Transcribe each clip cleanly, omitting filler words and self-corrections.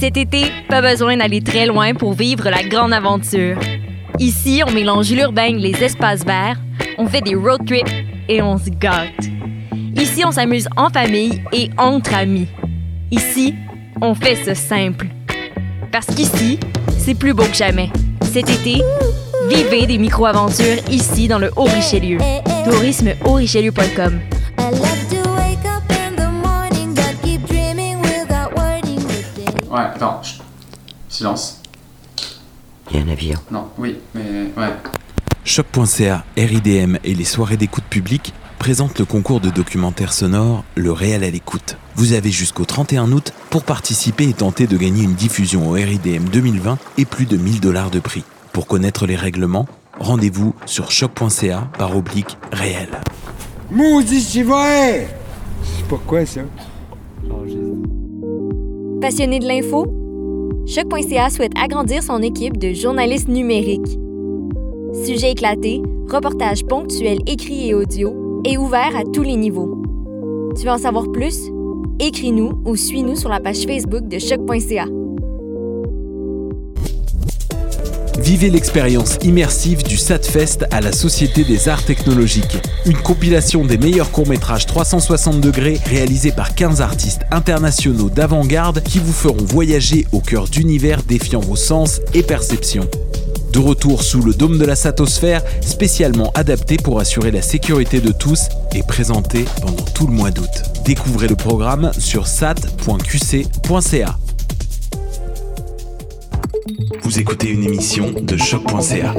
Cet été, pas besoin d'aller très loin pour vivre la grande aventure. Ici, on mélange l'urbain et les espaces verts, on fait des road trips et on se gâte. Ici, on s'amuse en famille et entre amis. Ici, on fait ce simple. Parce qu'ici, c'est plus beau que jamais. Cet été, vivez des micro-aventures ici dans le Haut-Richelieu. tourismehaut-richelieu.com. Ouais, attends, silence. Il y a un avion. Non, oui, mais ouais. Choc.ca, RIDM et les soirées d'écoute publique présentent le concours de documentaire sonore Le Réel à l'écoute. Vous avez jusqu'au 31 août pour participer et tenter de gagner une diffusion au RIDM 2020 et plus de 1 000 $ de prix. Pour connaître les règlements, rendez-vous sur choc.ca/réel. Maudit, c'est vrai! C'est pas quoi ça? Passionné de l'info? Choc.ca souhaite agrandir son équipe de journalistes numériques. Sujets éclatés, reportages ponctuels écrits et audio et ouverts à tous les niveaux. Tu veux en savoir plus? Écris-nous ou suis-nous sur la page Facebook de Choc.ca. Vivez l'expérience immersive du SATFest à la Société des Arts Technologiques. Une compilation des meilleurs courts-métrages 360 degrés réalisés par 15 artistes internationaux d'avant-garde qui vous feront voyager au cœur d'univers défiant vos sens et perceptions. De retour sous le dôme de la Satosphère, spécialement adapté pour assurer la sécurité de tous et présenté pendant tout le mois d'août. Découvrez le programme sur sat.qc.ca. Vous écoutez une émission de choc.ca.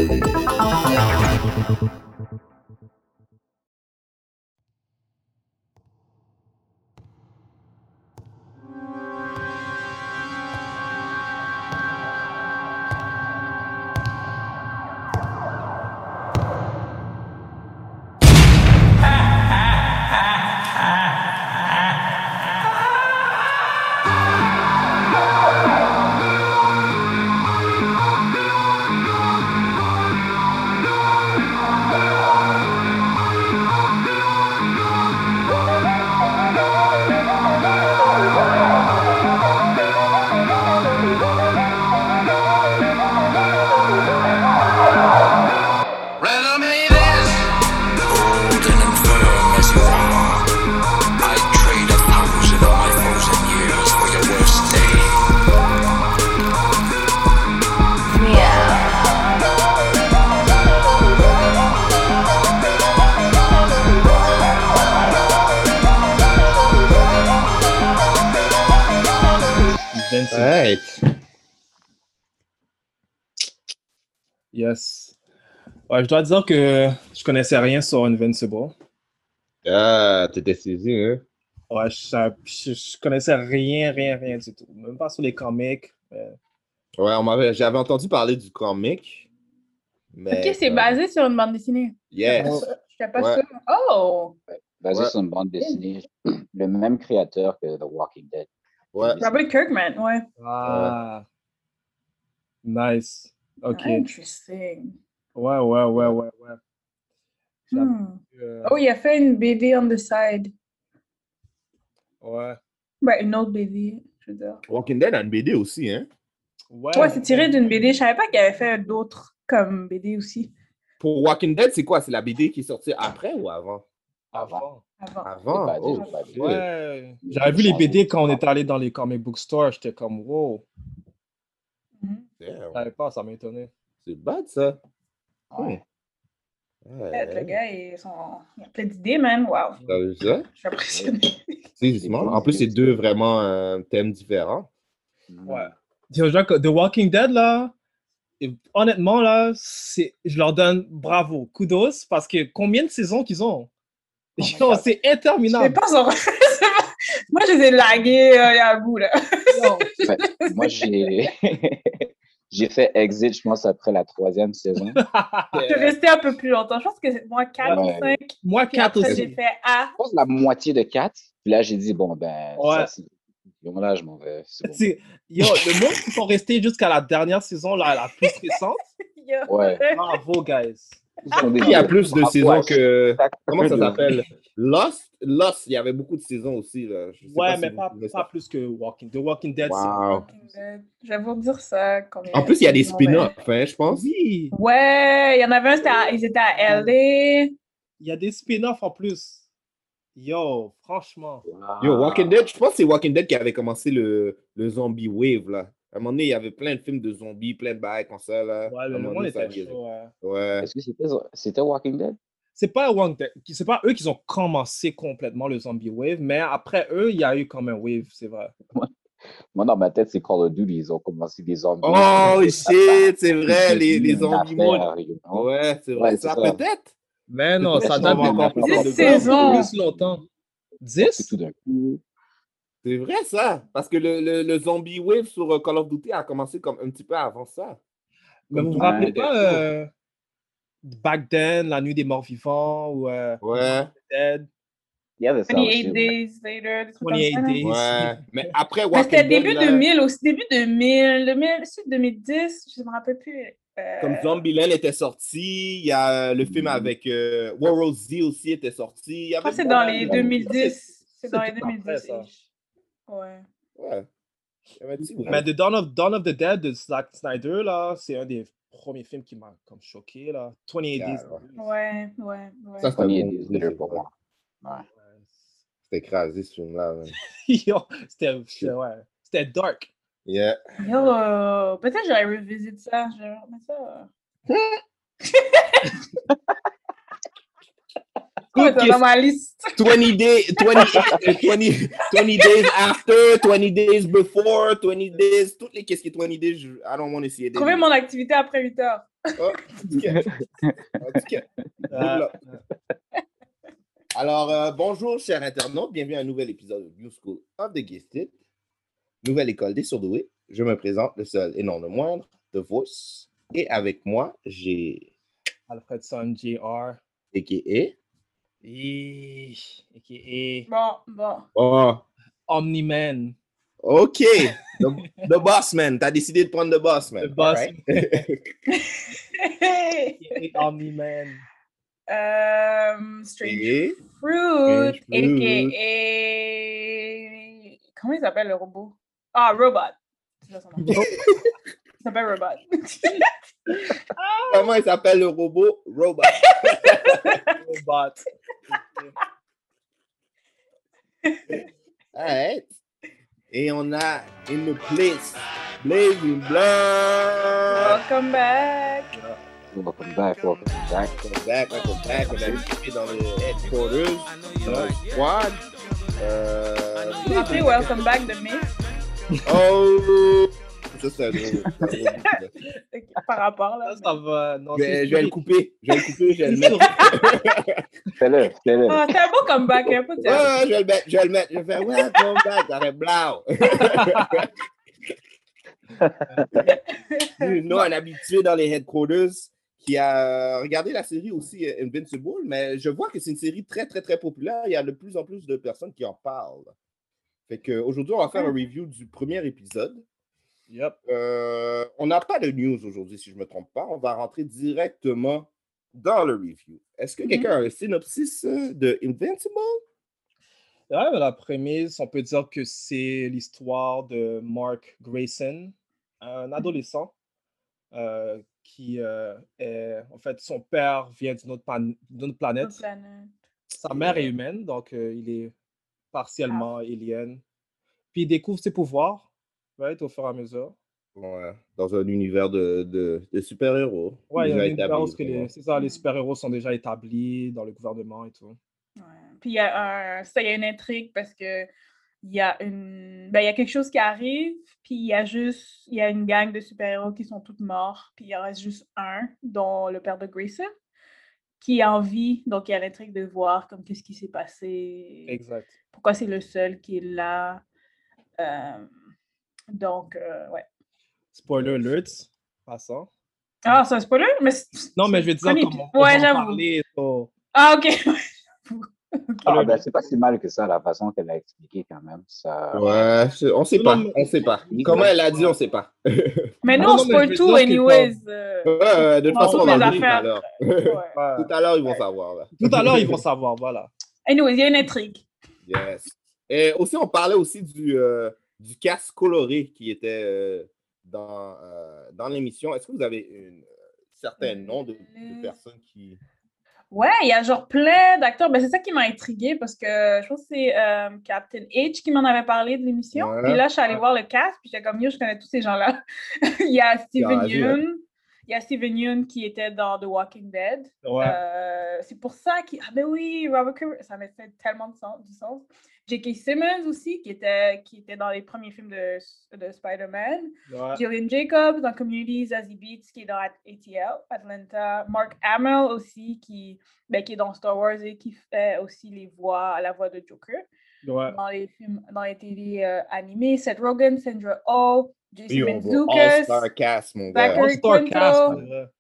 Right. Yes. Ouais, je dois dire que je connaissais rien sur Invincible. Ah, t'étais saisi, hein? Ouais, je connaissais rien du tout. Même pas sur les comics. Ouais, j'avais entendu parler du comic. Mais, ok, c'est basé sur une bande dessinée. Yes. Je sais pas Ouais. ça. Oh! Basé sur une bande dessinée. Le même créateur que The Walking Dead. Ouais. Robert Kirkman, ouais. Ah. Nice. Ok. Interesting. Ouais. Oh, il a fait une BD on the side. Ouais. Ben, une autre BD, je veux dire. Walking Dead a une BD aussi, hein? Ouais, c'est tiré d'une BD. Je savais pas qu'il avait fait d'autres comme BD aussi. Pour Walking Dead, c'est quoi? C'est la BD qui est sortie après ou avant? Avant. Avant? Oh, shit. Ouais. J'avais vu les BD quand on est allé dans les comic book stores. J'étais comme, wow. Je savais pas, ça m'étonnait. C'est bad, ça. Ouais. Le gars, il a plein d'idées, man. Wow. T'as vu ça? Je suis impressionnée. Sérieusement. En plus, c'est deux vraiment thèmes différents. Ouais. The Walking Dead, là, et honnêtement, là, je leur donne bravo, kudos, parce que combien de saisons qu'ils ont? Yo, c'est interminable. Je sais pas sur... Moi, je les ai lagués à bout, là. Moi, j'ai fait Exit, je pense, après la 3e saison. Je suis restée un peu plus longtemps. Je pense que c'est moi 4 ou 5. Moi 4 aussi. J'ai fait A. Je pense la moitié de 4. Puis là, j'ai dit, bon, ben, ouais. ça, c'est... Là, je m'en vais. C'est bon. Yo, le monde qui sont restés jusqu'à la dernière saison, là, la plus récente. Ouais. Bravo, guys. Il y a plus de saisons que... Comment ça de- s'appelle? Lost, il y avait beaucoup de saisons aussi. Là. Je sais Ouais, si mais vous pas, trouvez pas ça. plus que The Walking Dead. Wow. Walking Dead. Je vais vous dire ça. Combien En plus, il y a des de saisons, ouais. spin-offs, hein, je C'est... pense. Oui, Ouais, il y en avait un, ils étaient à LA. il y a des spin-offs en plus. Yo, franchement. Yo, Walking Dead, je pense que c'est Walking Dead qui avait commencé le zombie wave, là. À un moment donné, il y avait plein de films de zombies, plein de bails comme ça, là. Ouais, À un le moment monde donné, ça était niaisait. chaud, ouais. Ouais. Est-ce que c'était Walking Dead? C'est pas eux qui ont commencé complètement le zombie wave, mais après eux, il y a eu comme un wave, c'est vrai. Moi, dans ma tête, c'est Call of Duty. Ils ont commencé des zombies. Oh, shit, c'est vrai, les Une zombies affaire, mode. you know? Ouais, c'est vrai, Ouais, ça, c'est ça. peut-être. Mais non, Peut-être ça qu'on date va avoir de plus de 10 saisons. plus longtemps. Parce 10? que tout d'un coup, C'est vrai, ça. Parce que le zombie wave sur Call of Duty a commencé comme un petit peu avant ça. Mais Comme vous tout vous le rappelez monde était pas Back Then, La Nuit des Morts Vivants ou Ouais, Dead, il y avait ça 28 aussi. Days Later, des trucs comme 28 ça. là. Days. ouais. Mais après Mais c'était Walking Dead, début là, 2000 aussi, début 2000, c'est 2010, je ne me rappelle plus. comme Zombieland était sorti, il y a le film avec World War Z aussi était sorti. Il y Je avait pense que c'est pas dans mal les de- 2010. C'est dans c'est les tout après, ça. 2010. Ouais. Ouais. Il y avait un petit bout. Mais The Dawn of the Dead de Zack Snyder, là, c'est un des premiers films qui m'a comme choqué, là. 28 Days. Ouais. Ça, c'était On un y est bon des film, leaders c'est pour vrai. moi. Ouais. C'était écrasé, ce film-là. man. Yo, c'était dark. Yeah. Yo, peut-être j'aurais revisité ça. Je vais remettre ça. Ouais, c'est dans ma liste. 20 days, 20 days after, 20 days before, 20 days, toutes les qu'est-ce qui est 20 days, I don't want to see it. Trouver mon activité après 8 heures. Oh, en tout cas, good luck. Alors, bonjour, chers internautes. Bienvenue à un nouvel épisode de New School of the Gifted. Nouvelle école des surdoués. Je me présente, le seul et non le moindre, The Voice. Et avec moi, j'ai Alfredson Jr. a.k.a. a.k.a. Bon. Oh, Omni-Man. OK. The Boss Man. T'as décidé de prendre The Boss Man. The Boss Alright. A.k.a. Omni-Man. Strange Et- Fruit, Strange Fruit. a.k.a. Comment il s'appelle le robot? Ah, Robot. C'est ça son nom. Il s'appelle Robot. Comment il s'appelle le robot? Robot. Robot. Alright. Et on a in the place, Blazing Blood. Welcome back. Welcome back. Welcome back. On a été dans le headquarters, dans le squad. Vous appelez Welcome Back de Myth? Oh! Ça, c'est un drôle. Ok, par rapport là. Ça va. Non, Je vais le couper. Je vais le mettre. Fais-le. Ah, c'est un beau comeback, un peu. Ouais, je vais le mettre. Je vais faire welcome back. Ça fait blau. Nous, un habitué dans les headquarters qui a regardé la série aussi Invincible, mais je vois que c'est une série très, très, très populaire. Il y a de plus en plus de personnes qui en parlent. Fait qu'aujourd'hui, on va faire un review du premier épisode. Yep. On n'a pas de news aujourd'hui, si je ne me trompe pas. On va rentrer directement dans le review. Est-ce que quelqu'un a un synopsis de Invincible? Ouais, mais la prémisse, on peut dire que c'est l'histoire de Mark Grayson, un adolescent qui est, en fait, son père vient d'une autre planète. Sa mère est humaine, donc il est partiellement alien. Puis il découvre ses pouvoirs, right, au fur et à mesure. Ouais, dans un univers de super-héros. Ouais, il y a déjà un univers où établi, c'est ça, les super-héros sont déjà établis dans le gouvernement et tout. Ouais. Puis il y a une intrigue parce que il y a quelque chose qui arrive, puis il y a une gang de super-héros qui sont toutes morts, puis il en reste juste un, dont le père de Grayson, qui est en vie, donc il y a l'intrigue de voir comme qu'est-ce qui s'est passé. Exact. Pourquoi c'est le seul qui est là. Donc, ouais. Spoiler alert, passant. Ah, c'est un spoiler? Mais non, mais je vais dire chronique. comment on va en j'avoue. parler. So... Ah, ok. Ah, ben, c'est pas si mal que ça, la façon qu'elle a expliqué quand même. Ça... Ouais, on sait Non, pas. non, mais- On sait pas. Oui, Comment ouais. elle a dit, on sait pas. Mais nous, Non, on non, mais je spoil veux tout, dire que anyways. Ouais, de toute Dans façon, toutes on va les le dire tout à affaires. l'heure. Ouais. Tout à l'heure, ils vont savoir. Là. Tout à l'heure, ils vont savoir, voilà. Anyways, il y a une intrigue. Yes. Et aussi, on parlait aussi du cast coloré qui était dans l'émission. Est-ce que vous avez un certain nom de personnes qui... Ouais, il y a genre plein d'acteurs. Ben, c'est ça qui m'a intriguée parce que je pense que c'est Captain H qui m'en avait parlé de l'émission. Ouais. Puis là, je suis allée voir le cast, puis j'étais comme, yo, je connais tous ces gens-là. Il y a Steven Ah, vu, hein? Yeun. Il y a Steven Yeun qui était dans The Walking Dead. Ouais. C'est pour ça qu'il... Ah ben oui, Robert Cooper, ça m'a fait tellement du sens. J.K. Simmons aussi, qui était dans les premiers films de Spider-Man. Ouais. Jillian Jacobs dans Community, Zazie Beetz qui est dans ATL, Atlanta. Mark Hamill aussi, qui est dans Star Wars et qui fait aussi la voix de Joker. Ouais. Dans les films, dans les TV animés. Seth Rogen, Sandra Oh, Jason Oui, on voit Mantzoukas, All-Star Cast, mon gars. Zachary All-Star cast, pour Quinto, vrai.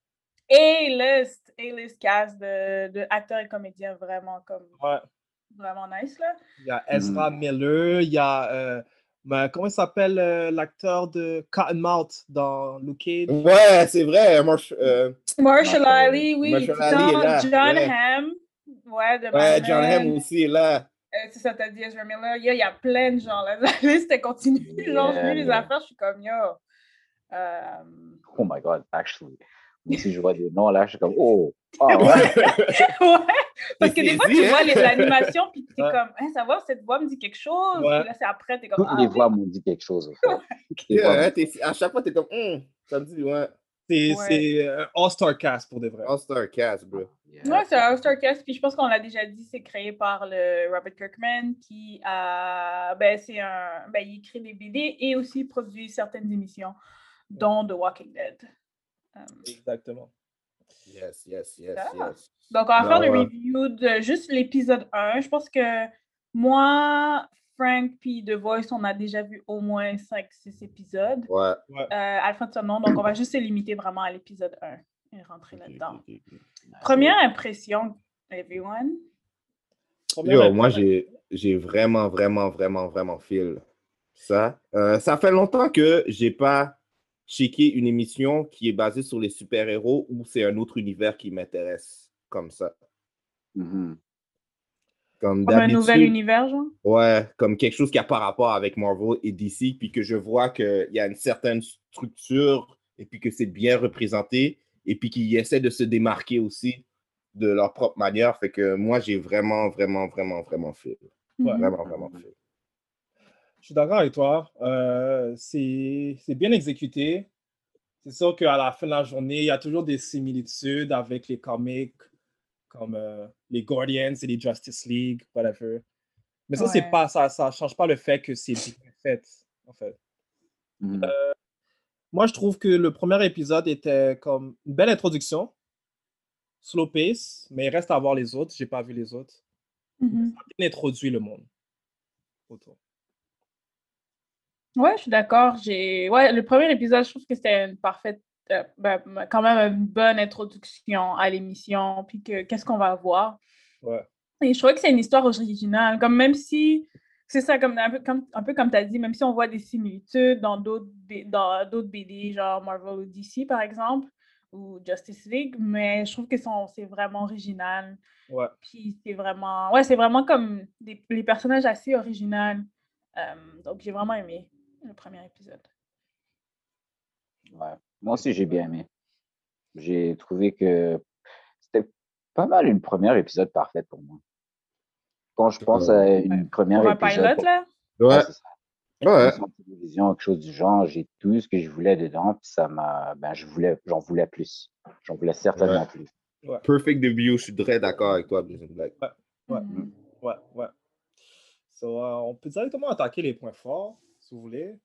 A-list cast de acteurs et comédiens vraiment Ouais. vraiment nice là. Il y a Ezra Miller, il y a... comment il s'appelle l'acteur de Cottonmouth dans Luke Cage? Ouais, c'est vrai. Marshall Ali, oui, Marshall il est Ali est là, John ouais. Hamm, ouais, de Ouais, Mad John Men. Hamm aussi est là. C'est ça, t'as dit Ezra Miller. Il y a plein de gens là. La liste est continue. Genre, je lis les affaires, je suis comme yo. Oh my God, actually. Moi, si je vois des noms là, je suis comme, oh, oh Ouais. ouais. Ouais. Parce que des fois, tu saisi, vois hein? l'animation, puis t'es Ouais. comme, hein, ça va, cette voix me dit quelque chose. Ouais. Puis là, c'est après, t'es comme, Toutes les oui. voix m'ont dit quelque chose, au fait. Toutes les voix m'ont dit. À chaque fois, t'es comme, ça me dit, ouais. C'est All-Star cast pour de vrai. All-Star Cast, bro. Yeah. Ouais, c'est un All-Star Cast, puis je pense qu'on l'a déjà dit, c'est créé par le Robert Kirkman qui a, il écrit des BD et aussi produit certaines émissions, dont The Walking Dead. Exactement. Yes. Donc, on va faire le Alors, review de juste l'épisode 1. Je pense que moi, Frank puis The Voice, on a déjà vu au moins 5-6 épisodes. Ouais. Alpha de son nom, donc on va juste se limiter vraiment à l'épisode 1 et rentrer là-dedans. Première impression, everyone. Yo, moi, j'ai vraiment feel ça. Ça fait longtemps que j'ai pas checké une émission qui est basée sur les super-héros ou c'est un autre univers qui m'intéresse comme ça. Mhm. Comme Comme un d'habitude. nouvel univers, genre? Ouais, comme quelque chose qui n'a pas rapport avec Marvel et DC, puis que je vois qu'il y a une certaine structure et puis que c'est bien représenté et puis qu'ils essaient de se démarquer aussi de leur propre manière. Fait que moi, j'ai vraiment fait. Ouais. Vraiment fait. Je suis d'accord avec toi. C'est bien exécuté. C'est sûr qu'à la fin de la journée, il y a toujours des similitudes avec les comics comme les Guardians et les Justice League, whatever. Mais ça, c'est pas, ça change pas le fait que c'est bien fait, en fait. Mhm. Moi, je trouve que le premier épisode était comme une belle introduction, slow pace, mais il reste à voir les autres. J'ai pas vu les autres. Mhm. Ça a bien introduit le monde autour. Ouais, je suis d'accord. Le premier épisode, je trouve que c'était une parfaite, quand même une bonne introduction à l'émission, puis qu'est-ce qu'on va voir. Ouais. Et je trouvais que c'est une histoire originale, comme même si, c'est ça, comme un peu comme tu as dit, même si on voit des similitudes dans d'autres BD, genre Marvel ou DC, par exemple, ou Justice League, mais je trouve que c'est vraiment original. Ouais. Puis c'est vraiment comme les personnages assez originaux. Donc j'ai vraiment aimé le premier épisode. Ouais. Moi aussi, j'ai bien aimé. J'ai trouvé que c'était pas mal une première épisode parfaite pour moi. Quand je pense à une première Pour un épisode... pilot, là? Ouais. c'est ça. Ouais. Sur télévision, quelque chose du genre, j'ai tout ce que je voulais dedans, puis ça m'a... j'en voulais plus. J'en voulais certainement plus. Ouais. Perfect debut, je suis très d'accord avec toi, Business Black. Ouais. Mhm. Ouais. So, on peut directement attaquer les points forts, si vous voulez.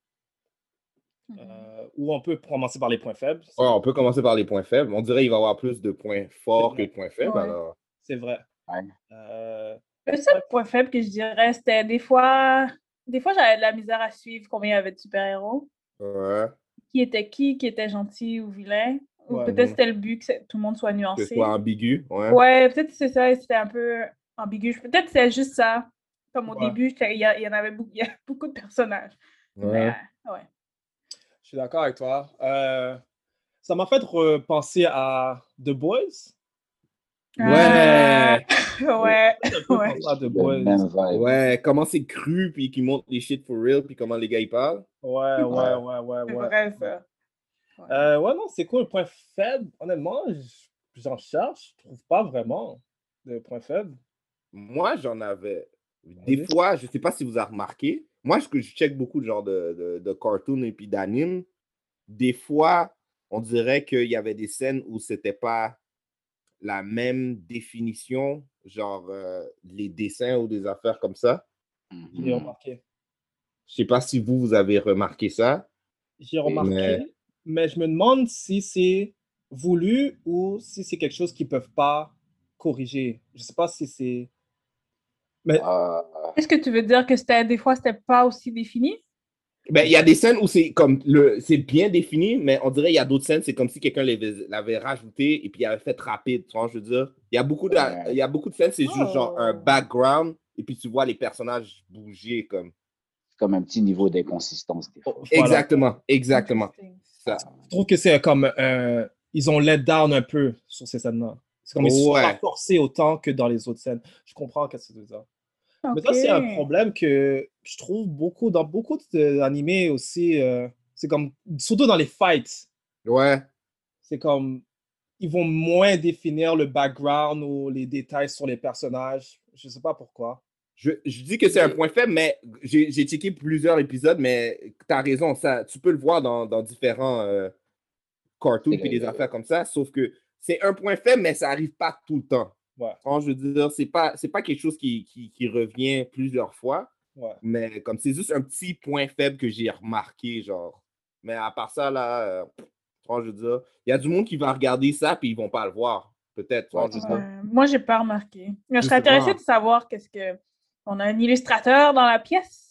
Ou on peut commencer par les points faibles. Ouais, on peut commencer par les points faibles. On dirait qu'il va y avoir plus de points forts que de points faibles, Ouais. alors... C'est vrai. Ouais. Le seul point faible que je dirais, c'était des fois j'avais de la misère à suivre combien il y avait de super-héros. Ouais. Qui était gentil ou vilain. Ou Ouais. peut-être c'était le but que tout le monde soit Que ce nuancé. soit ambigu, ouais. Ouais, peut-être c'est ça, c'était un peu ambigu. Peut-être c'est juste ça. Comme au Ouais. début, il y en avait beaucoup, il y a beaucoup de personnages. Mais ouais. Je suis d'accord avec toi. Ça m'a fait repenser à The Boys. Ouais. Ouais, Ça fait un peu ouais. penser à The Le Boys. même vibe. Ouais, comment c'est cru, puis qu'ils montrent les shit for real, puis comment les gars ils parlent. Ouais. C'est vrai, ça. Ouais, non, c'est quoi le point faible? Honnêtement, j'en cherche, je trouve pas vraiment de point faible. Moi, j'en avais. Des Vas-y. fois, je sais pas si vous avez remarqué, moi, je check beaucoup de genre de cartoons et puis d'animes. Des fois, on dirait qu'il y avait des scènes où c'était pas la même définition, genre les dessins ou des affaires comme ça. J'ai remarqué. Je sais pas si vous avez remarqué ça. J'ai remarqué, mais je me demande si c'est voulu ou si c'est quelque chose qu'ils peuvent pas corriger. Je sais pas si c'est. Mais Est-ce que tu veux dire que des fois, c'était pas aussi défini? Ben, il y a des scènes où c'est comme c'est bien défini, mais on dirait qu'il y a d'autres scènes, c'est comme si quelqu'un l'avait rajouté et puis il avait fait rapide, tu vois, je veux dire. Il y a beaucoup il y a beaucoup de scènes, c'est juste genre un background et puis tu vois les personnages bouger comme. Comme un petit niveau d'inconsistance des fois. voilà. Exactement. Ça. Je trouve que c'est comme ils ont let down un peu sur ces scènes-là. C'est comme ils ne sont pas forcés autant que dans les autres scènes. Je comprends ce que tu veux dire. Mais ça, c'est un problème que je trouve dans beaucoup d'animés aussi. C'est comme, surtout dans les fights. Ouais. C'est comme, ils vont moins définir le background ou les détails sur les personnages. Je sais pas pourquoi. Je dis que c'est un point faible, mais j'ai checké plusieurs épisodes, mais tu as raison, ça, tu peux le voir dans différents cartoons et des affaires comme ça, sauf que c'est un point faible, mais ça n'arrive pas tout le temps. Ouais. Je veux dire, c'est pas quelque chose qui revient plusieurs fois, mais comme c'est juste un petit point faible que j'ai remarqué, genre. Mais à part ça, là, je veux dire, il y a du monde qui va regarder ça puis ils vont pas le voir, peut-être. Moi, j'ai pas remarqué. Mais je serais intéressée de savoir qu'est-ce que... On a un illustrateur dans la pièce.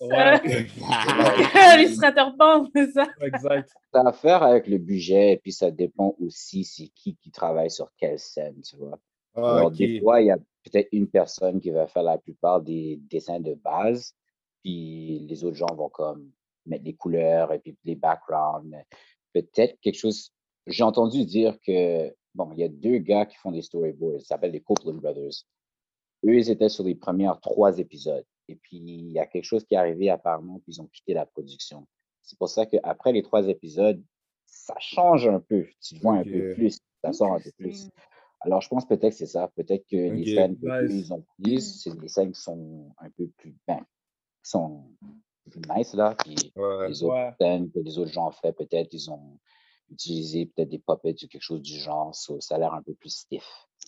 L'illustrateur pense, c'est ça. Exact. Ça a à faire avec le budget et puis ça dépend aussi c'est qui travaille sur quelle scène, tu vois. Alors, des fois, il y a peut-être une personne qui va faire la plupart des dessins de base, puis les autres gens vont comme mettre les couleurs et puis les backgrounds. Peut-être quelque chose... J'ai entendu dire que, bon, il y a 2 gars qui font des storyboards, ça s'appelle les Copeland Brothers. Eux, ils étaient sur les premières 3 épisodes. Et puis, il y a quelque chose qui est arrivé apparemment, puis ils ont quitté la production. C'est pour ça qu'après les 3 épisodes, ça change un peu. Tu vois un peu plus, ça sort un peu plus. Alors, je pense peut-être que c'est ça. Peut-être que les scènes qu'ils ont prises, c'est des scènes qui sont un peu plus, qui sont plus nice, là. Puis les autres scènes que les autres gens ont fait, peut-être ils ont utilisé peut-être des puppets ou quelque chose du genre. Ça a l'air un peu plus stiff.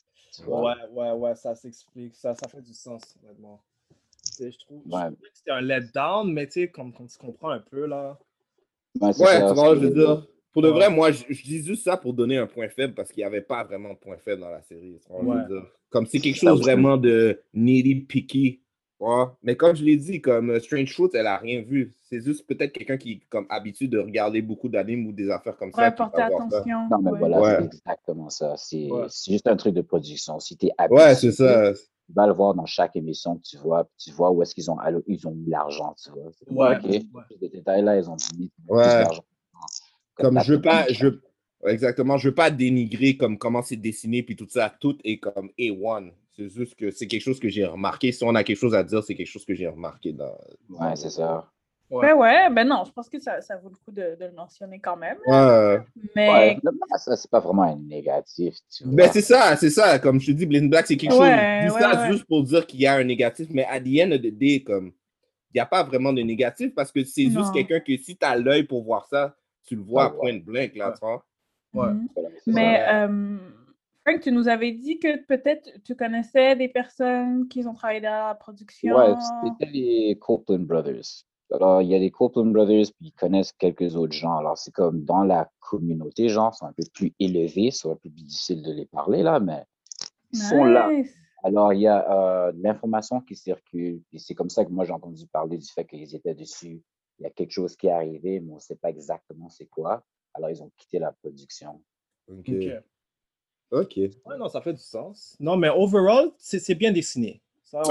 Ouais, ça s'explique. Ça fait du sens, honnêtement. Je trouve que c'était un letdown, mais tu sais, comme tu comprends un peu, là. Tu vois, je veux dire, pour de vrai, moi, je dis juste ça pour donner un point faible parce qu'il n'y avait pas vraiment de point faible dans la série. Je veux dire. Comme c'est quelque chose vraiment de needy, picky. Ouais. Mais comme je l'ai dit, comme Strange Fruit, elle n'a rien vu. C'est juste peut-être quelqu'un qui est comme habitué de regarder beaucoup d'animes ou des affaires comme ça. Porter attention. Non, mais voilà, c'est exactement ça. C'est juste un truc de production. Si tu es habitué, c'est ça. Tu vas le voir dans chaque émission que tu vois où est-ce qu'ils ont mis l'argent, tu vois. OK, ces détails-là, ils ont mis plus d'argent. Comme exactement, je veux pas dénigrer comme comment c'est dessiné puis tout ça, tout est comme A1. C'est juste que c'est quelque chose que j'ai remarqué. Si on a quelque chose à dire, c'est quelque chose que j'ai remarqué dans. Ouais, c'est ça. Ben non, je pense que ça vaut le coup de le mentionner quand même. Mais ça, c'est pas vraiment un négatif. Tu vois. Ben c'est ça. Comme je te dis, Blind Black, c'est quelque chose. Je dis ça juste pour dire qu'il y a un négatif, mais à the end of the day, comme il n'y a pas vraiment de négatif parce que c'est juste quelqu'un que si tu as l'œil pour voir ça, tu le vois point blank, là, tu vois. Mais Frank, tu nous avais dit que peut-être tu connaissais des personnes qui ont travaillé dans la production. Ouais, c'était les Copeland Brothers. Alors, il y a les Copeland Brothers, puis ils connaissent quelques autres gens. Alors, c'est comme dans la communauté, genre, sont un peu plus élevés, c'est un peu plus difficile de les parler, là, mais ils sont là. Alors, il y a de l'information qui circule, puis c'est comme ça que moi, j'ai entendu parler du fait qu'ils étaient dessus. Il y a quelque chose qui est arrivé, mais on ne sait pas exactement c'est quoi. Alors, ils ont quitté la production. OK. Ouais, non, ça fait du sens. Non, mais overall, c'est bien dessiné. Ça,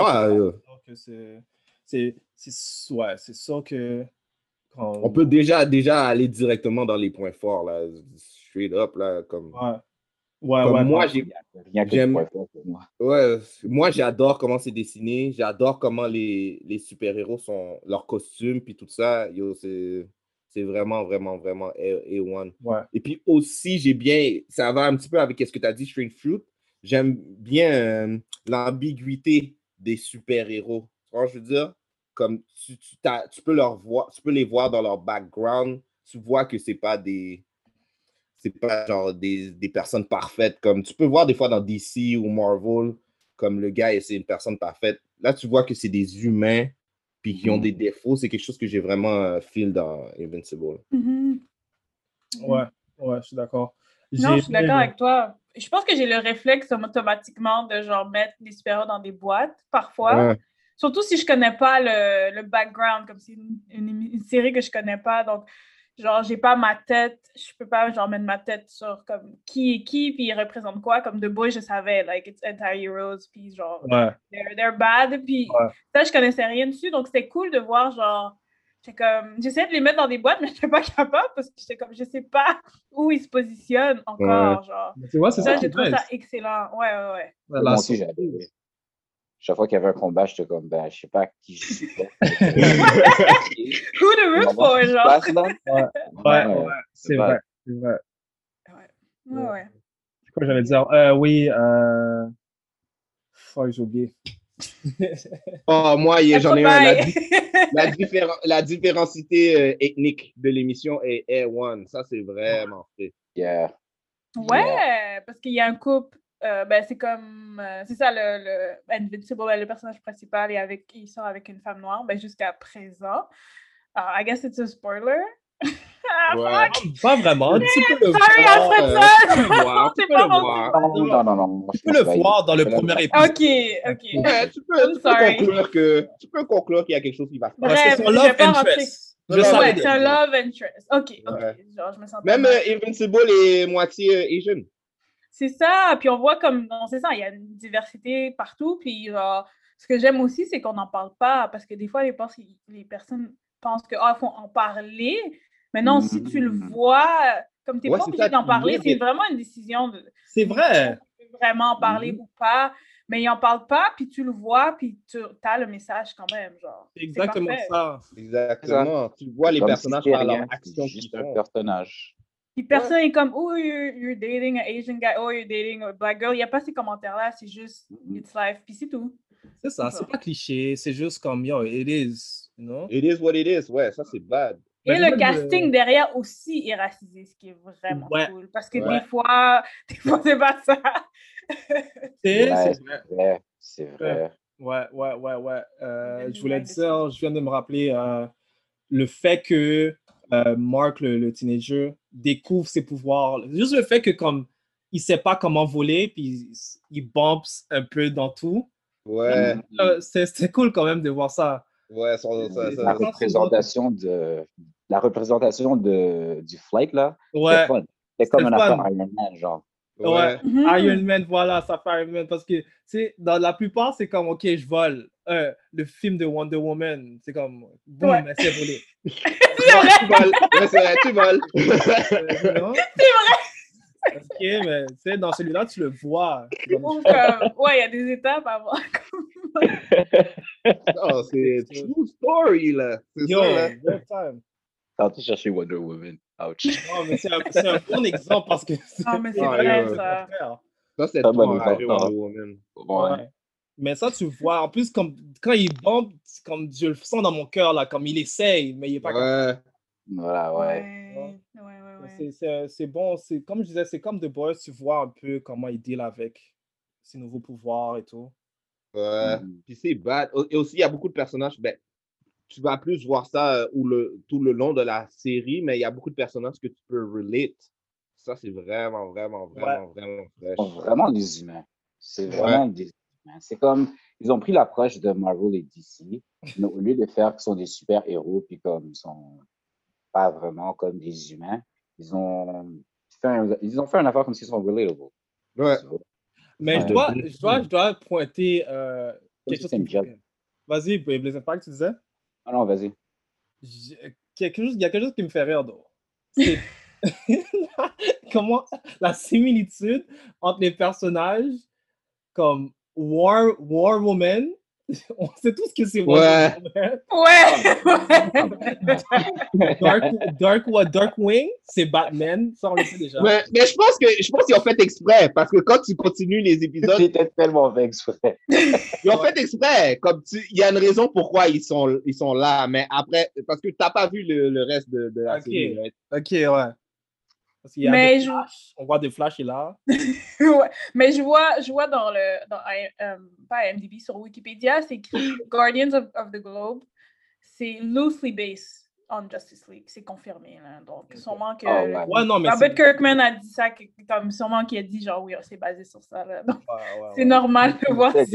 c'est sûr que on peut déjà aller directement dans les points forts, là, straight up, là, comme... Ouais, moi, rien que des points forts pour moi. Ouais, moi, j'adore comment c'est dessiné, j'adore comment les super-héros sont, leurs costumes, puis tout ça, yo, c'est vraiment, vraiment, vraiment A1. Ouais. Et puis aussi, ça va un petit peu avec ce que tu as dit, Strange Fruit, j'aime bien l'ambiguïté des super-héros. Tu vois, je veux dire, comme tu peux les voir dans leur background, tu vois que c'est pas genre des personnes parfaites, comme tu peux voir des fois dans DC ou Marvel, comme le gars, c'est une personne parfaite. Là, tu vois que c'est des humains, puis qui ont des défauts. C'est quelque chose que j'ai vraiment feel dans Invincible. Ouais, je suis d'accord. Non, je suis d'accord avec toi. Je pense que j'ai le réflexe automatiquement de genre mettre les super-héros dans des boîtes, parfois. Ouais. Surtout si je connais pas le background, comme c'est une série que je connais pas. Donc, genre, j'ai pas ma tête, je peux pas genre mettre ma tête sur comme qui est qui, puis il représente quoi. Comme The Boys, je savais, like, it's anti-heroes, puis genre, they're bad, puis ça, je connaissais rien dessus. Donc, c'était cool de voir, genre, j'essayais de les mettre dans des boîtes, mais je n'étais pas capable parce que j'étais comme, je sais pas où ils se positionnent encore, genre. Tu vois, c'est ça, j'ai trouvé ça excellent. Ouais. Moi aussi, j'ai adoré. Chaque fois qu'il y avait un combat, j'étais comme, ben, je sais pas qui je suis. Who to root for, genre. Ouais, c'est vrai. Ouais. C'est quoi j'allais dire? Oui, j'ai oublié. Moi, j'en ai un. La différencité ethnique de l'émission est A1. Ça, c'est vraiment fait. Yeah. Ouais, parce qu'il y a un couple. C'est comme. C'est ça, le Invincible, le personnage principal, il sort avec une femme noire, jusqu'à présent. I guess it's a spoiler. Pas vraiment. Tu peux le voir. Tu peux le voir. Non. Tu peux le voir dans le premier épisode. Ok. Ouais, tu peux conclure qu'il y a quelque chose qui va se passer. Bref, c'est son love interest. C'est un love interest. Ok. Genre, je me sens même Invincible est moitié Asian. C'est ça. Puis on voit comme, c'est ça, il y a une diversité partout. Puis ce que j'aime aussi, c'est qu'on n'en parle pas. Parce que des fois, les personnes pensent qu'il faut en parler. Mais non, si tu le vois, comme tu n'es pas obligé d'en parler, c'est vraiment une décision. C'est vrai. Tu peux vraiment en parler ou pas. Mais ils n'en parlent pas, puis tu le vois, puis tu as le message quand même. Genre. C'est exactement ça. Exactement. Tu vois les personnages par leur action. Juste un personnage. Puis personne est comme, oh, you're dating an Asian guy, oh, you're dating a black girl. Il n'y a pas ces commentaires-là, c'est juste, it's life, puis c'est tout. C'est ça, c'est pas cliché, c'est juste comme, yo, it is, you know? It is what it is, ouais, ça c'est bad. Et le casting derrière aussi est racisé, ce qui est vraiment cool. Parce que des fois, c'est pas ça. C'est vrai. Ouais. Je voulais dire, je viens de me rappeler le fait que Mark, le teenager, découvre ses pouvoirs. Juste le fait que comme il sait pas comment voler, puis il bumps un peu dans tout. Ouais. C'est cool quand même de voir ça. Ouais, la représentation du flight, là, ouais. c'est comme un affaire Iron Man, genre. Ouais. Iron Man, voilà, ça fait Iron Man. Parce que, tu sais, dans la plupart, c'est comme, OK, je vole. Le film de Wonder Woman, c'est comme, boum, elle s'est volée. Tu voles. C'est vrai. OK, mais tu sais, dans celui-là, tu le vois. Il y a des étapes à voir. Non, c'est true story, là. C'est ça, là. Quand tu cherches Wonder Woman. Ouch. Non, mais c'est un bon exemple parce que... Non, mais c'est vrai, ça. Ça, c'est Wonder Woman. Ouais. Mais ça, tu vois, en plus, comme, quand il bombe, comme je le sens dans mon cœur, là, comme il essaye, mais il n'est pas capable. Voilà, C'est bon, comme je disais, c'est comme The Boys, tu vois un peu comment il deal avec ses nouveaux pouvoirs et tout. Ouais, puis c'est bad. Et aussi, il y a beaucoup de personnages, tu vas plus voir ça tout le long de la série, mais il y a beaucoup de personnages que tu peux relate. Ça, c'est vraiment fresh. Ils sont vraiment des humains. C'est vraiment des humains. C'est comme, ils ont pris l'approche de Marvel et DC, mais au lieu de faire qu'ils sont des super-héros, puis comme ils sont pas vraiment comme des humains, ils ont fait un affaire comme s'ils sont relatable. Ouais. Mais je dois pointer quelque chose c'est qui une me job. fait. Vas-y, Blaze Impact, tu disais? Ah non, vas-y. Il y a quelque chose qui me fait rire, donc. C'est comment la similitude entre les personnages comme War Woman. On sait tous que c'est Wonder Woman. Darkwing, c'est Batman. Ça, on le sait déjà. Mais je pense qu'ils ont fait exprès, parce que quand tu continues les épisodes, C'était tellement fait exprès. ils ont fait exprès. Il y a une raison pourquoi ils sont là, mais après, parce que tu n'as pas vu le reste de la série. Right? Ok, ouais. Parce qu'il y a des flashs. On voit des flashs là. Ouais. Mais je vois dans pas IMDb, sur Wikipédia, c'est écrit Guardians of the Globe. C'est loosely based on Justice League. C'est confirmé. Là. Donc, sûrement que Robert Kirkman a dit ça, comme sûrement qu'il a dit genre, oui, c'est basé sur ça. Là. Donc, c'est normal de voir ça.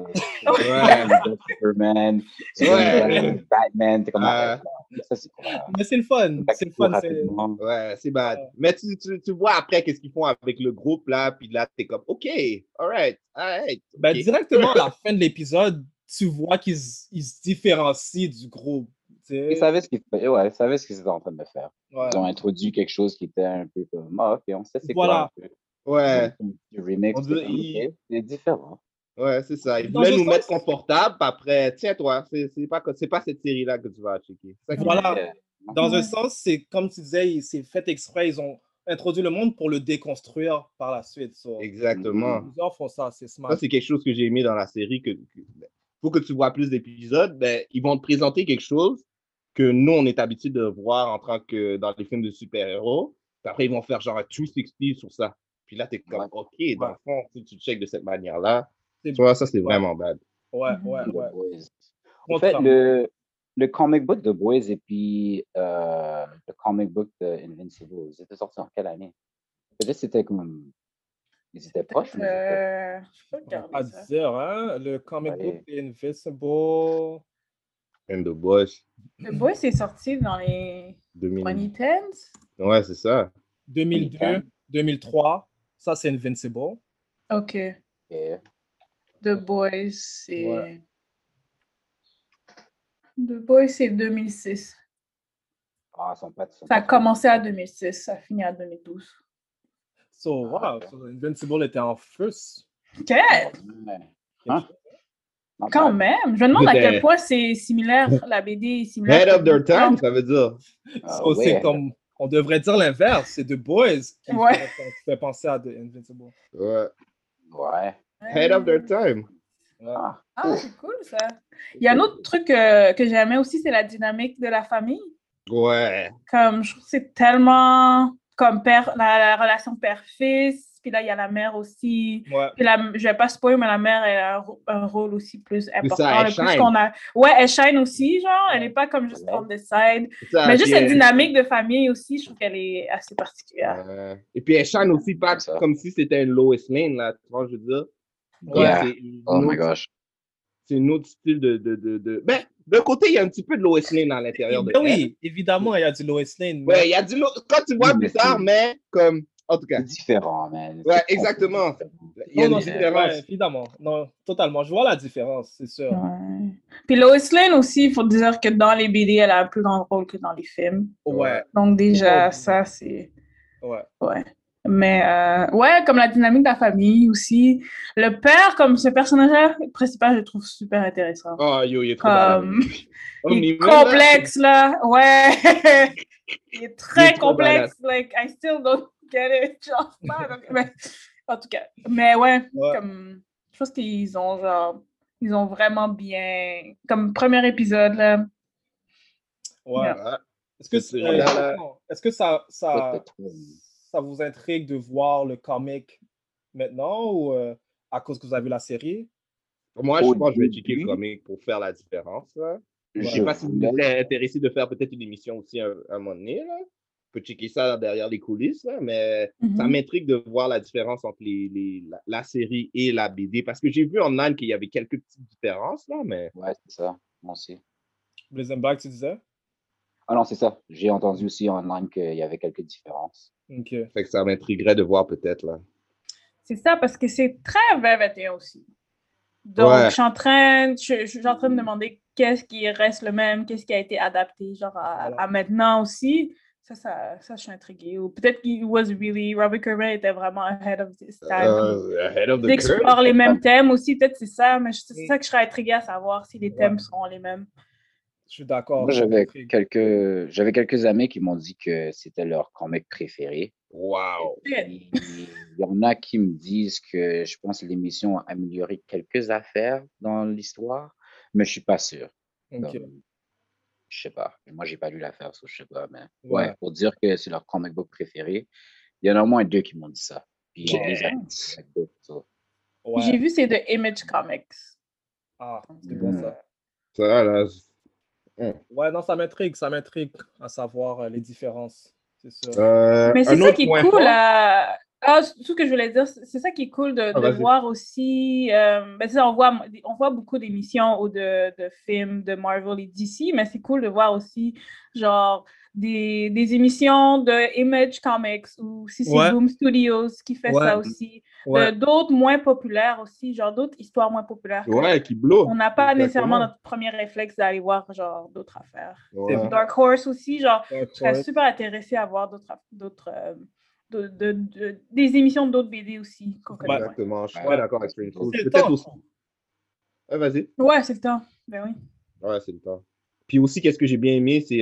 Superman, Batman, t'es comme ça, c'est quoi? Mais c'est le fun. C'est le fun. Ouais, c'est bad. Mais tu vois après qu'est-ce qu'ils font avec le groupe là, puis là, t'es comme, OK, alright. Ben, directement à la fin de l'épisode, tu vois qu'ils se différencient du groupe. Ils savaient ce qu'ils étaient en train de faire. Ouais. Ils ont introduit quelque chose qui était un peu comme, OK, on sait c'est quoi un peu. Ouais. Le remix, c'est différent. Ouais, c'est ça. Ils voulaient nous mettre confortables, après, tiens-toi, c'est pas cette série-là que tu vas checker. Voilà. Dans un sens, c'est comme tu disais, c'est fait exprès, ils ont introduit le monde pour le déconstruire par la suite. Exactement. Plusieurs font ça, c'est smart. Ça, c'est quelque chose que j'ai aimé dans la série, faut que tu vois plus d'épisodes, ben, ils vont te présenter quelque chose que nous, on est habitué de voir en tant que dans les films de super-héros. Puis après, ils vont faire genre un 360 sur ça. Puis là, t'es comme, OK, dans le fond, si tu checkes de cette manière-là, tu vois, ça, c'est vraiment bad. Ouais. En fait, le comic book de Boys et puis le comic book de Invincible, ils étaient sortis en quelle année? Peut-être c'était comme... Ils étaient proches. Je peux regarder ça. Dire, hein? Le comic book d'Invincible... And The Boys. The Boys, c'est sorti dans les 2010s? Ouais, c'est ça. 2002, 2003. Ça, c'est Invincible. OK. The Boys, c'est... Ouais. The Boys, c'est 2006. Ça a commencé à 2006, ça a fini à 2012. So, wow, Invincible était en first. Quand même. Je me demande à quel point c'est similaire, la BD est similaire. Head of their time, ça veut dire. C'est comme, on devrait dire l'inverse, c'est The Boys qui fait penser à Invincible. Ouais. Head of their time. C'est cool ça. Il y a un autre truc que j'aimais aussi, c'est la dynamique de la famille. Ouais. Comme, je trouve que c'est tellement comme la relation père-fils. Puis là, il y a la mère aussi. Ouais. Puis je vais pas spoiler, mais la mère, elle a un rôle aussi plus important. Ça, elle shine aussi, genre. Elle n'est pas comme juste on the side. Mais juste cette dynamique de famille aussi, je trouve qu'elle est assez particulière. Et puis elle shine aussi pas comme si c'était une Lois Lane, là. Tu vois, je veux dire. Oh my gosh. C'est un autre style de... Ben, d'un côté, il y a un petit peu de Lois Lane à l'intérieur de oui, évidemment, il y a du Lois Lane. Ouais, il y a du quand tu vois plus tard, mais comme... En tout cas. C'est différent, man. Ouais, exactement. Il y a une différence. Évidemment. Non, totalement. Je vois la différence, c'est sûr. Ouais. Puis Lois Lane aussi, il faut dire que dans les BD, elle a un plus grand rôle que dans les films. Ouais. Donc déjà, ça, c'est... Ouais. Mais, comme la dynamique de la famille aussi. Le père, comme ce personnage principal, je le trouve super intéressant. Oh, il est trop il est complexe, là. Ouais. Il est très complexe. Like, I still don't get it. Genre, mais, en tout cas. Mais comme, je pense qu'ils ont, ils ont vraiment bien... Comme premier épisode, là. Ouais. Est-ce que ça vous intrigue de voir le comic maintenant ou à cause que vous avez vu la série? Moi, je pense que je vais checker le comic pour faire la différence. Là. Je ne sais pas si vous êtes intéressé de faire peut-être une émission aussi à un moment donné. Là. Je peux checker ça derrière les coulisses, là, mais ça m'intrigue de voir la différence entre la série et la BD parce que j'ai vu en ligne qu'il y avait quelques petites différences. Là, mais... Ouais, c'est ça. Moi aussi. Blaze Impact, tu disais? Ah non, c'est ça. J'ai entendu aussi en ligne qu'il y avait quelques différences. OK. Fait que ça m'intriguerait de voir peut-être, là. C'est ça, parce que c'est très 2021 aussi. Donc, Ouais. je suis en train de me demander qu'est-ce qui reste le même, qu'est-ce qui a été adapté, genre à maintenant aussi. Ça, je suis intriguée. Ou peut-être Robert Kirkman était vraiment ahead of his time. Ahead of Il the explore curve. les mêmes thèmes aussi, peut-être c'est ça, mais c'est ça que je serais intriguée à savoir si les thèmes seront les mêmes. Je suis d'accord. Moi, j'avais quelques amis qui m'ont dit que c'était leur comic préféré. Wow. Et il y en a qui me disent que je pense que l'émission a amélioré quelques affaires dans l'histoire, mais je suis pas sûr. Ok. Je sais pas. Moi, j'ai pas lu l'affaire, ça, je sais pas. Mais Ouais. pour dire que c'est leur comic book préféré, il y en a au moins 2 qui m'ont dit ça. Puis Ok. les amis, ça. Ouais. J'ai vu, c'est de Image Comics. Ah, c'est bon ça. Ça, là. Ouais, non, ça m'intrigue à savoir les différences. C'est sûr. Mais c'est un ça autre qui est point cool. fort. Tout ce que je voulais dire, c'est ça qui est cool de vas-y. voir aussi. Ben, tu sais, on voit beaucoup d'émissions ou de films de Marvel et DC, mais c'est cool de voir aussi, genre, des émissions de Image Comics ou si c'est Ouais. Boom Studios qui fait Ouais. ça aussi. Ouais. D'autres moins populaires aussi, genre d'autres histoires moins populaires. Ouais, qui blow. On n'a pas nécessairement Exactement. notre premier réflexe d'aller voir, genre, d'autres affaires. Ouais. vrai. Dark Horse aussi, genre, Dark je serais Horse. super intéressée à voir des émissions d'autres BD aussi qu'on connaît moins. Exactement. Je suis Ouais. très d'accord avec Strange Fruit. C'est le Peut-être temps. aussi. Ouais, vas-y. Ouais, c'est le temps. Ben oui. Ouais, c'est le temps. Puis aussi, qu'est-ce que j'ai bien aimé, c'est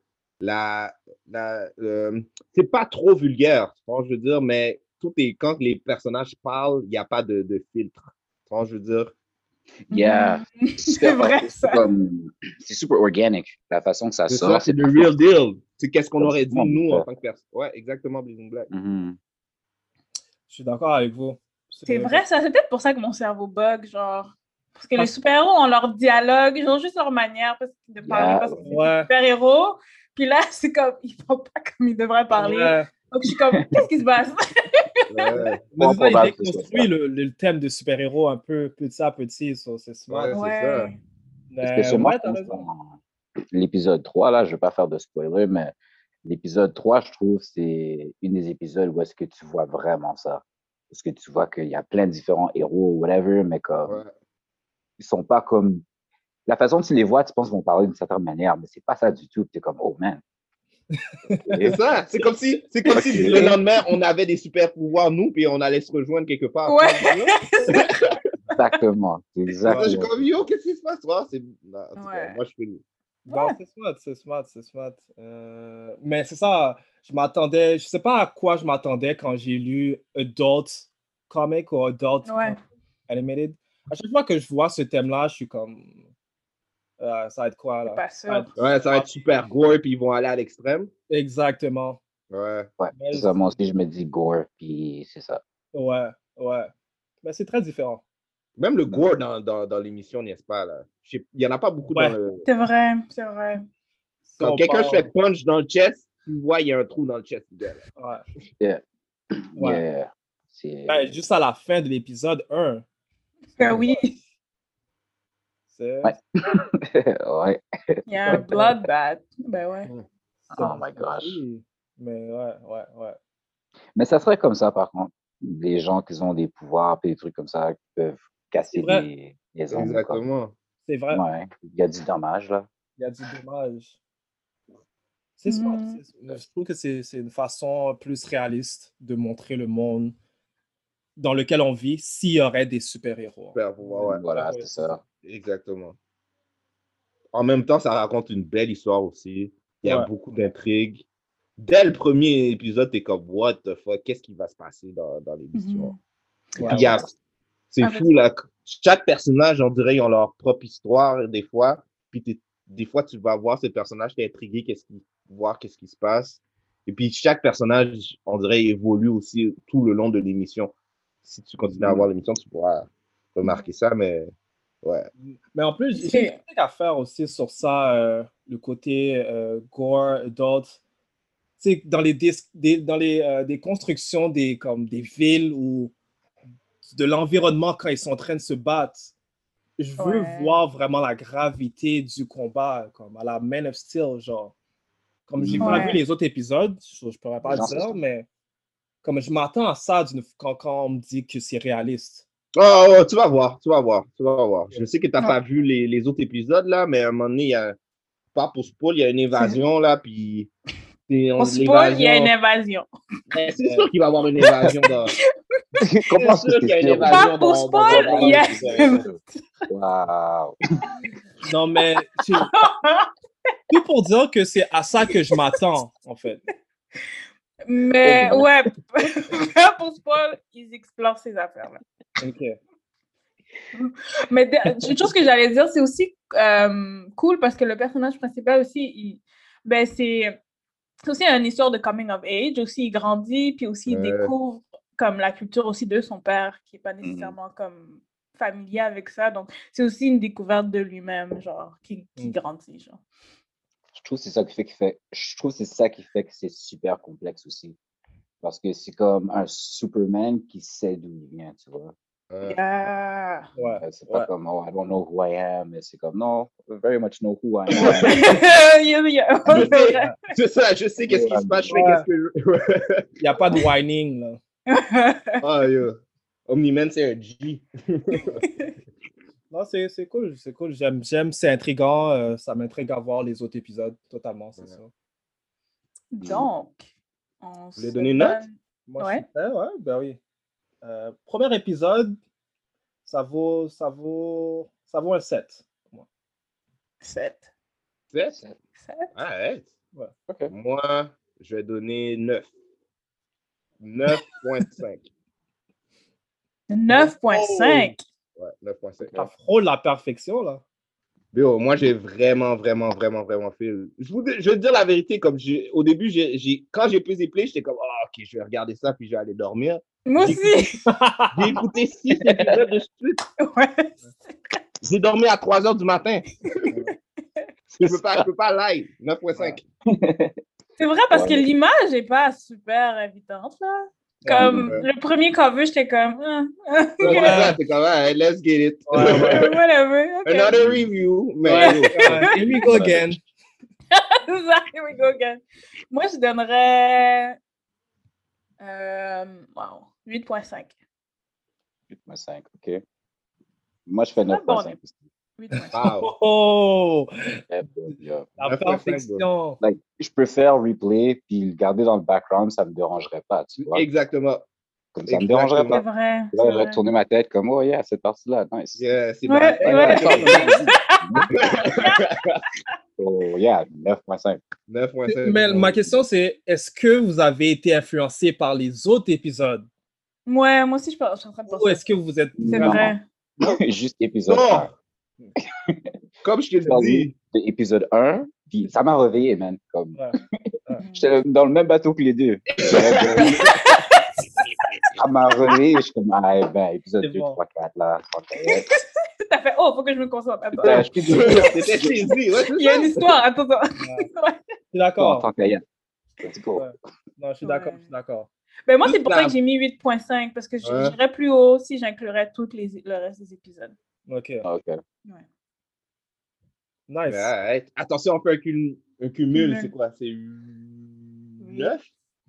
c'est pas trop vulgaire, tu vois, je veux dire, mais quand les personnages parlent, il n'y a pas de filtre. Tu vois, je veux dire. Yeah. C'est vrai, ça. C'est super organique, la façon que ça C'est sort. ça, c'est le real deal. C'est qu'est-ce qu'on Comme aurait souvent, dit, nous, ouais. en tant que personne. Ouais, exactement, Blazing Black. Mhm. Je suis d'accord avec vous. C'est vrai, ça. C'est peut-être pour ça que mon cerveau bug, genre. Parce que les super-héros ont leur dialogue, ils ont juste leur manière de parler parce que c'est des super-héros. Puis là, c'est comme, ils font pas comme ils devraient parler. Ouais. Donc, je suis comme, qu'est-ce qui se passe? Ouais. Mais c'est ça, il probable que déconstruit le thème de super-héros un peu petit à petit, so c'est smart. Ouais, c'est ça. Mais Spécialement, ouais, je t'as pense, raison. dans l'épisode 3, là, je ne vais pas faire de spoiler, mais l'épisode 3, je trouve, c'est une des épisodes où est-ce que tu vois vraiment ça. Parce que tu vois qu'il y a plein de différents héros, whatever, mais comme ils sont pas comme. La façon dont tu les vois, tu penses qu'ils vont parler d'une certaine manière, mais c'est pas ça du tout. Tu es comme, oh man. C'est ça. C'est comme si le lendemain, on avait des super pouvoirs, nous, puis on allait se rejoindre quelque part. Ouais. Exactement. Je suis Exactement. comme, yo, qu'est-ce qui se passe, toi? Moi, je fais Non, c'est smart. Mais c'est ça, je sais pas à quoi je m'attendais quand j'ai lu Adult Comic ou Adult Animated. À chaque fois que je vois ce thème-là, je suis comme, ça va être quoi, là? Pas sûr. Ouais, ça va être super gore, puis ils vont aller à l'extrême. Exactement. Ouais. C'est ça, moi aussi, je me dis gore, puis c'est ça. Ouais. Mais c'est très différent. Même le gore dans l'émission, n'est-ce pas, là? Il n'y en a pas beaucoup dans le... C'est vrai. Quand quelqu'un se fait punch dans le chest, tu vois, il y a un trou dans le chest. Yeah. Ben, juste à la fin de l'épisode 1. Ben oui. Ouais. Il y a un bloodbath. Ben ouais. Oh my gosh. Mais ouais. Mais ça serait comme ça, par contre. Des gens qui ont des pouvoirs et des trucs comme ça qui peuvent casser des ondes. Exactement. C'est vrai. Ouais. Il y a du dommage, là. Il y a du dommage. C'est smart. Je trouve que c'est une façon plus réaliste de montrer le monde dans lequel on vit s'il y aurait des super-héros. Voilà, c'est ça. Exactement. En même temps, ça raconte une belle histoire aussi. Il y a beaucoup d'intrigues. Dès le premier épisode, t'es comme, what the fuck, qu'est-ce qui va se passer dans l'émission? C'est fou, là. Chaque personnage, on dirait, ils ont leur propre histoire, des fois. Puis des fois, tu vas voir ces personnages, t'es intrigué, voir qu'est-ce qui se passe. Et puis, chaque personnage, on dirait, évolue aussi tout le long de l'émission. Si tu continues à voir l'émission, tu pourras remarquer ça, mais ouais. Mais en plus, j'ai un truc à faire aussi sur ça, le côté gore, adult. Tu sais, dans les constructions des villes ou de l'environnement quand ils sont en train de se battre, je veux voir vraiment la gravité du combat, comme à la Man of Steel, genre. Comme j'ai pas vu les autres épisodes, je pourrais pas dire, mais comme je m'attends à ça quand on me dit que c'est réaliste. Oh, tu vas voir. Je sais que tu n'as pas vu les autres épisodes, là, mais à un moment donné, il y a, pas pour spoil, il y a une évasion, là, puis... Pour spoil, il y a une évasion. C'est sûr qu'il va y avoir une évasion dans... Comment c'est sûr qu'il y a une évasion Pas pour spoil, il y a... Wow. Non, mais tout pour dire que c'est à ça que je m'attends, en fait. Mais ouais, pour spoil, ils explorent ces affaires-là. OK. Mais une chose que j'allais dire, c'est aussi cool parce que le personnage principal aussi, c'est aussi une histoire de coming of age. Aussi, il grandit, puis aussi il découvre comme la culture aussi de son père, qui n'est pas nécessairement comme familier avec ça. Donc, c'est aussi une découverte de lui-même, genre, qui grandit, genre. Je trouve que c'est ça qui fait que c'est super complexe aussi. Parce que c'est comme un Superman qui sait d'où il vient, tu vois. C'est pas comme, oh, I don't know who I am, mais c'est comme, no, I very much know who I am. C'est ça, je sais qu'est-ce qui se passe, je fais qu'est-ce que Il n'y a pas de whining, là. Ah, yo. Omni-Man, c'est un G. Non, c'est cool. J'aime, c'est intriguant. Ça m'intrigue à voir les autres épisodes, totalement, c'est ça. Donc, vous voulez donner une note? Moi, ben oui. Premier épisode, ça vaut un 7 pour moi. 7. 7? Ouais. Okay. Moi, je vais donner 9. 9.5. 9.5? Ouais, 9.5. Ça frôle la perfection, là. Yo, moi, j'ai vraiment fait... Je vais te dire la vérité, comme au début, quand j'ai pesé play, j'étais comme, ok, je vais regarder ça, puis je vais aller dormir. Moi aussi! J'ai écouté 6 épisodes de suite. Ouais. J'ai dormi à 3h du matin. Je peux pas live. 9.5. C'est vrai, parce que l'image n'est pas super évidente, là. Comme le premier cover, j'étais comme... C'est comme, let's get it. Whatever. Okay. Another review. Mais here we go again. Here we go again. Moi, je donnerais... 8.5. 8.5, OK. Moi, je fais 9.5 aussi. Wow. Oh! La perfection. Like, je peux faire replay puis le garder dans le background, ça me dérangerait pas, tu vois. Exactement. Comme ça me dérangerait pas. C'est vrai. Là, je vais tourner ma tête comme, oh yeah, cette partie-là, nice. Yeah, c'est ouais. Oh yeah, 9.5. Mais ma question, c'est, est-ce que vous avez été influencé par les autres épisodes? Ouais, moi aussi, je suis en train de penser. Ou est-ce que vous êtes... C'est vrai. Juste épisode 1. Comme je te dis. Épisode 1, puis ça m'a réveillé, man. Comme... J'étais dans le même bateau que les deux. Ça m'a réveillé, je suis comme, épisode 2, 3, 4, là. T'as fait, faut que je me concentre. Attends. C'était saisi. Il y a une histoire, attends. Je suis d'accord. Non, je suis d'accord. Ben moi, c'est pour ça que j'ai mis 8.5, parce que j'irais plus haut si j'inclurais tout le reste des épisodes. OK. Ouais. Nice. Ouais. Attention, on peut un cumul, c'est quoi? C'est 9?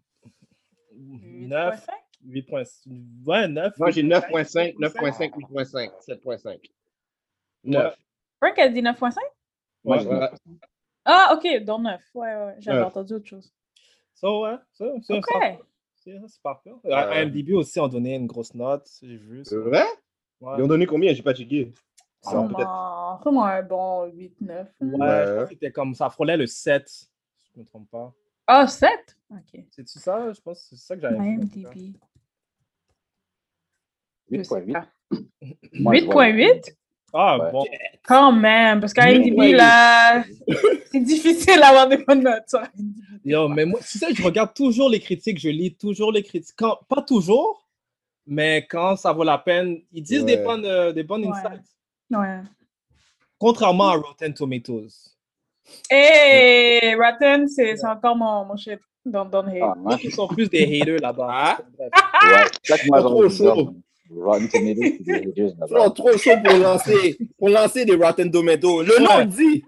9? 8.5? Ouais, 9. Moi, j'ai 9.5, 9.5, 8.5, 7.5. 9. Frank a dit 9.5? Ouais. Ah, OK, donc 9. Ouais. J'avais entendu autre chose. C'est parfait. IMDb aussi ont donné une grosse note, j'ai vu. C'est vrai? Ouais. Ils ont donné combien? J'ai pas checké. Vraiment un bon 8-9. Ouais, je pense que c'était comme ça frôlait le 7, si je ne me trompe pas. Ah, 7? OK. C'est-tu ça? Je pense que c'est ça que j'avais fait. IMDb. 8.8. 8.8? Ah, ouais. Bon. Quand même, parce qu'IMDb, là, c'est difficile d'avoir des bonnes notes sur IMDb. Yo, mais moi, tu sais, je regarde toujours les critiques, je lis toujours les critiques. Pas toujours, mais quand ça vaut la peine, ils disent des bonnes insights. Ouais. Contrairement à Rotten Tomatoes. Hey, Rotten, c'est encore mon shit. Don't hate. Ils sont plus des haters là-bas. Ouais, chaque mois, trop chaud. Rotten Tomatoes, c'est des haters là-bas. Ils sont trop chauds pour lancer des Rotten Tomatoes. Le nom dit.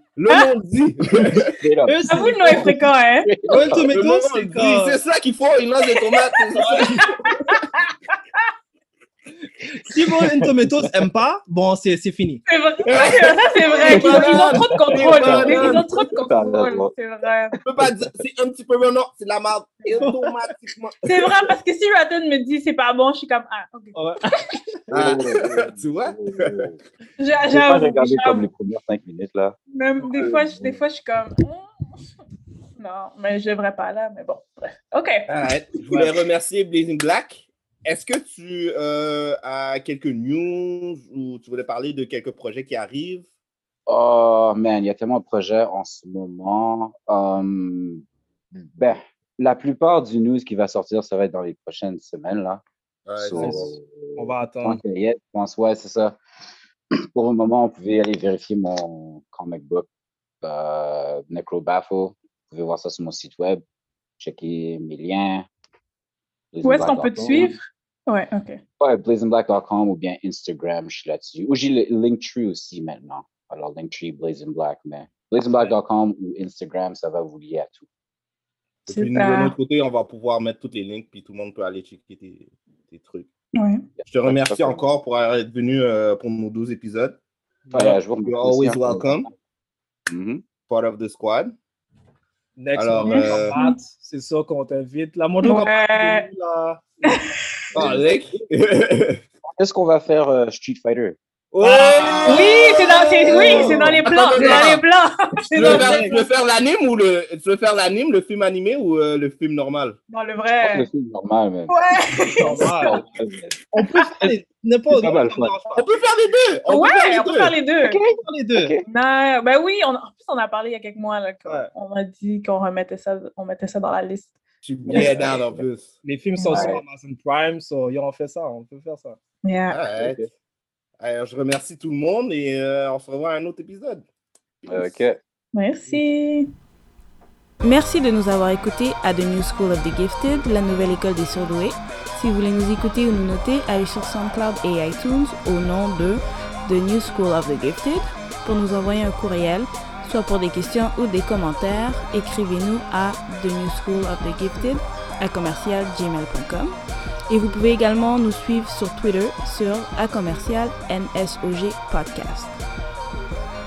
Avoue, le nom est fréquent, hein? Rotten Tomatoes, c'est ça qu'il faut. Ils lancent des tomates. Si Rotten Tomatoes aime pas, bon, c'est fini. C'est vrai, ça c'est vrai. Ils ont trop de contrôle. Ils ont trop de contrôle. C'est vrai. Je peux pas dire, c'est un petit peu bon, non, c'est de la merde. Automatiquement. C'est vrai, parce que si Rotten me dit c'est pas bon, je suis comme, ah, ok. Ouais. Tu vois? J'ai pas regardé comme les premières 5 minutes, là. Même des fois, je suis comme, non, mais je devrais pas là, mais bon, bref. OK. Alright. Je voulais remercier Blazing Black. Est-ce que tu as quelques news ou tu voulais parler de quelques projets qui arrivent? Oh, man, il y a tellement de projets en ce moment. Ben, la plupart du news qui va sortir, ça va être dans les prochaines semaines, là. Ouais, on va attendre. Je pense, ouais, c'est ça. Pour le moment, vous pouvez aller vérifier mon comic book, Necrobaffle. Vous pouvez voir ça sur mon site web. Checker mes liens. Où est-ce qu'on peut te suivre? Ouais, OK. Ouais, blazingBlack.com ou bien Instagram, je suis là-dessus. Ou j'ai le Linktree aussi maintenant. Alors, Linktree, Blazing Black, mais blazingBlack.com ou Instagram, ça va vous lier à tout. Et puis, nous, de notre côté, on va pouvoir mettre tous les links, puis tout le monde peut aller checker tes trucs. Ouais. Je te remercie encore pour être venu pour nos 12 épisodes. Ouais, je vous remercie. You're always welcome. Part of the squad. Next Alors, Matt, c'est ça qu'on t'invite. La moto Ouais. là. Qu'est-ce qu'on va faire Street Fighter? Oui, c'est dans les plans. C'est dans les plans. Tu veux faire l'anime ou le film animé ou le film normal? Non, le vrai. Le film normal, même. Ouais. Normal. On peut faire n'importe quoi. On peut faire les deux. On peut faire les deux. Okay. Non, ben oui, en plus, on a parlé il y a quelques mois. Là, on m'a dit qu'on mettait ça dans la liste. Je suis bien down en plus. Les films sont sur Amazon Prime, on fait ça, on peut faire ça. Yeah. Okay. Alors, je remercie tout le monde et on se revoit à un autre épisode. OK. Merci. Merci de nous avoir écoutés à The New School of the Gifted, la nouvelle école des surdoués. Si vous voulez nous écouter ou nous noter, allez sur SoundCloud et iTunes au nom de The New School of the Gifted. Pour nous envoyer un courriel, soit pour des questions ou des commentaires, écrivez-nous à thenewschoolofthegifted@gmail.com. Et vous pouvez également nous suivre sur Twitter sur @NSOG Podcast.